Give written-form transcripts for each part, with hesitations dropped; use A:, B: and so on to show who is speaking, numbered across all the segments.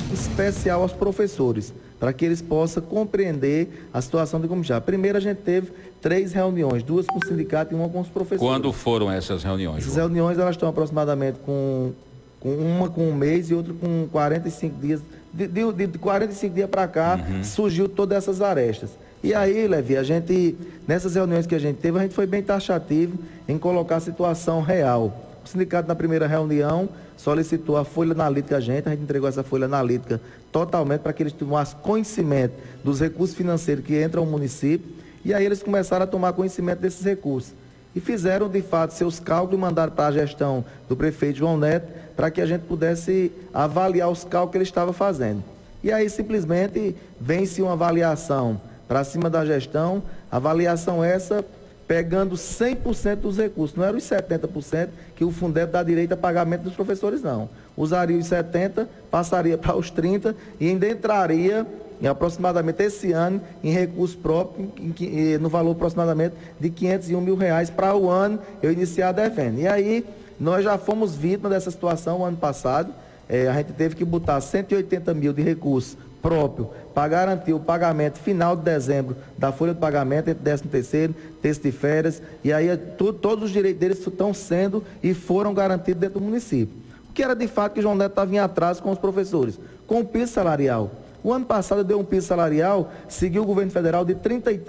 A: especial aos professores, para que eles possam compreender a situação de como já. Primeiro a gente teve 3 reuniões, 2 com o sindicato e 1 com os professores.
B: Quando foram essas reuniões?
A: Essas reuniões elas estão aproximadamente com uma com 1 mês e outra com 45 dias. De 45 dias para cá, surgiu todas essas arestas. E aí, Levi, nessas reuniões que a gente teve, a gente foi bem taxativo em colocar a situação real. O sindicato, na primeira reunião, solicitou a folha analítica a gente entregou essa folha analítica totalmente para que eles tomassem conhecimento dos recursos financeiros que entram no município, e aí eles começaram a tomar conhecimento desses recursos. E fizeram, de fato, seus cálculos e mandaram para a gestão do prefeito João Neto, para que a gente pudesse avaliar os cálculos que ele estava fazendo. E aí, simplesmente, vence uma avaliação para cima da gestão, avaliação essa pegando 100% dos recursos, não eram os 70% que o Fundeb dá direito a pagamento dos professores, não. Usaria os 70%, passaria para os 30% e ainda entraria em aproximadamente esse ano em recurso próprio, no valor aproximadamente de R$501 mil para o ano eu iniciar devendo. E aí, nós já fomos vítimas dessa situação o ano passado, a gente teve que botar 180 mil de recurso próprio para garantir o pagamento final de dezembro da folha de pagamento, entre 13º, terço de férias, e aí todos os direitos deles estão sendo e foram garantidos dentro do município. O que era de fato que João Neto estava em atraso com os professores, com o piso salarial. O ano passado deu um piso salarial, seguiu o governo federal de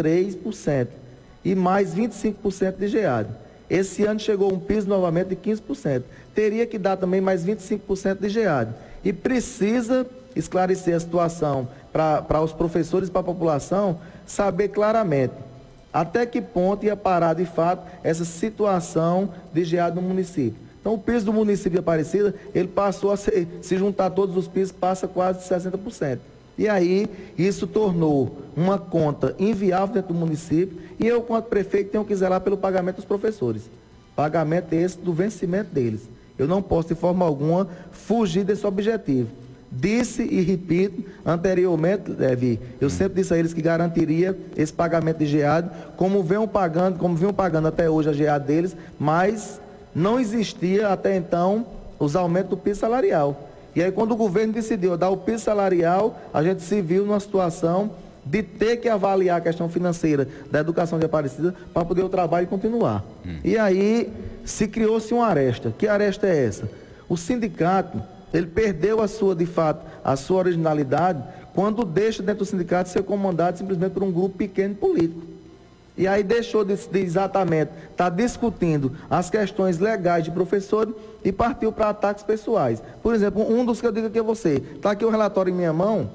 A: 33% e mais 25% de GEAD. Esse ano chegou um piso novamente de 15%. Teria que dar também mais 25% de GEAD. E precisa esclarecer a situação para os professores e para a população saber claramente até que ponto ia parar de fato essa situação de GEAD no município. Então o piso do município de Aparecida, ele passou a se juntar todos os pisos, passa quase de 60%. E aí, isso tornou uma conta inviável dentro do município e eu, quanto prefeito, tenho que zelar pelo pagamento dos professores. Pagamento esse do vencimento deles. Eu não posso, de forma alguma, fugir desse objetivo. Disse e repito, anteriormente, Levi, eu sempre disse a eles que garantiria esse pagamento de GEAD, como vinham pagando até hoje a GEAD deles, mas não existia até então os aumentos do piso salarial. E aí, quando o governo decidiu dar o piso salarial, a gente se viu numa situação de ter que avaliar a questão financeira da educação de Aparecida para poder o trabalho continuar. E aí, se criou-se uma aresta. Que aresta é essa? O sindicato, ele perdeu de fato, a sua originalidade quando deixa dentro do sindicato ser comandado simplesmente por um grupo pequeno político. E aí deixou de exatamente estar discutindo as questões legais de professor e partiu para ataques pessoais. Por exemplo, um dos que eu digo aqui a você, está aqui o relatório em minha mão,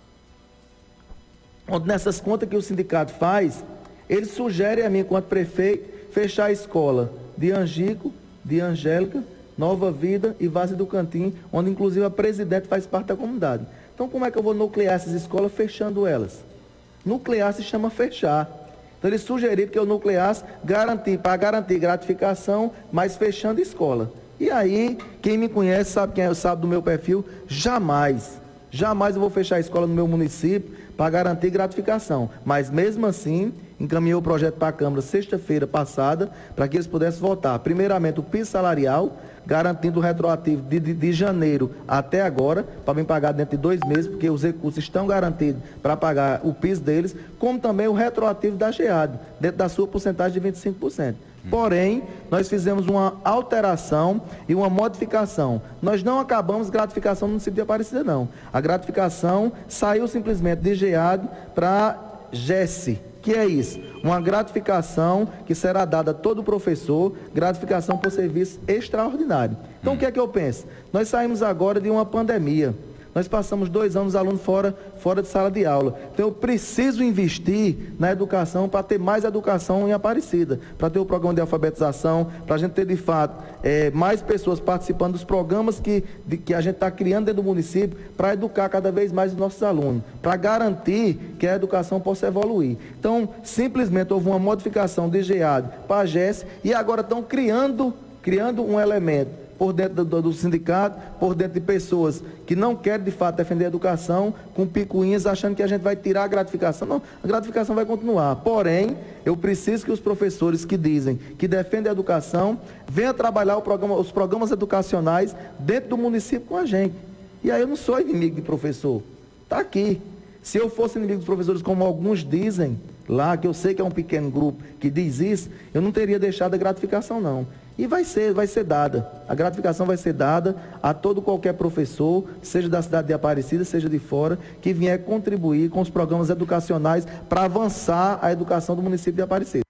A: onde nessas contas que o sindicato faz, ele sugere a mim, enquanto prefeito, fechar a escola de Angico, de Angélica, Nova Vida e Várzea do Cantim, onde inclusive a presidente faz parte da comunidade. Então como é que eu vou nuclear essas escolas fechando elas? Nuclear se chama fechar. Então ele sugeriu que eu nucleasse para garantir gratificação, mas fechando escola. E aí, quem me conhece, sabe do meu perfil, jamais eu vou fechar a escola no meu município para garantir gratificação. Mas mesmo assim, encaminhei o projeto para a Câmara sexta-feira passada, para que eles pudessem votar, primeiramente, o piso salarial, garantindo o retroativo de janeiro até agora, para me pagar dentro de 2 meses, porque os recursos estão garantidos para pagar o piso deles, como também o retroativo da GEAD, dentro da sua porcentagem de 25%. Porém, nós fizemos uma alteração e uma modificação. Nós não acabamos gratificação no município de Aparecida, não. A gratificação saiu simplesmente de GEAD para GES. Que é isso? Uma gratificação que será dada a todo professor, gratificação por serviço extraordinário. Então, o que é que eu penso? Nós saímos agora de uma pandemia. Nós passamos 2 anos alunos fora de sala de aula. Então, eu preciso investir na educação para ter mais educação em Aparecida, para ter o programa de alfabetização, para a gente ter, de fato, mais pessoas participando dos programas que a gente está criando dentro do município para educar cada vez mais os nossos alunos, para garantir que a educação possa evoluir. Então, simplesmente houve uma modificação de GEAD para a GES e agora estão criando um elemento por dentro do sindicato, por dentro de pessoas que não querem, de fato, defender a educação, com picuinhas, achando que a gente vai tirar a gratificação. Não, a gratificação vai continuar. Porém, eu preciso que os professores que dizem que defendem a educação venham trabalhar os programas educacionais dentro do município com a gente. E aí eu não sou inimigo de professor. Está aqui. Se eu fosse inimigo dos professores, como alguns dizem lá, que eu sei que é um pequeno grupo que diz isso, eu não teria deixado a gratificação, não. E vai ser dada. A gratificação vai ser dada a todo qualquer professor, seja da cidade de Aparecida, seja de fora, que vier contribuir com os programas educacionais para avançar a educação do município de Aparecida.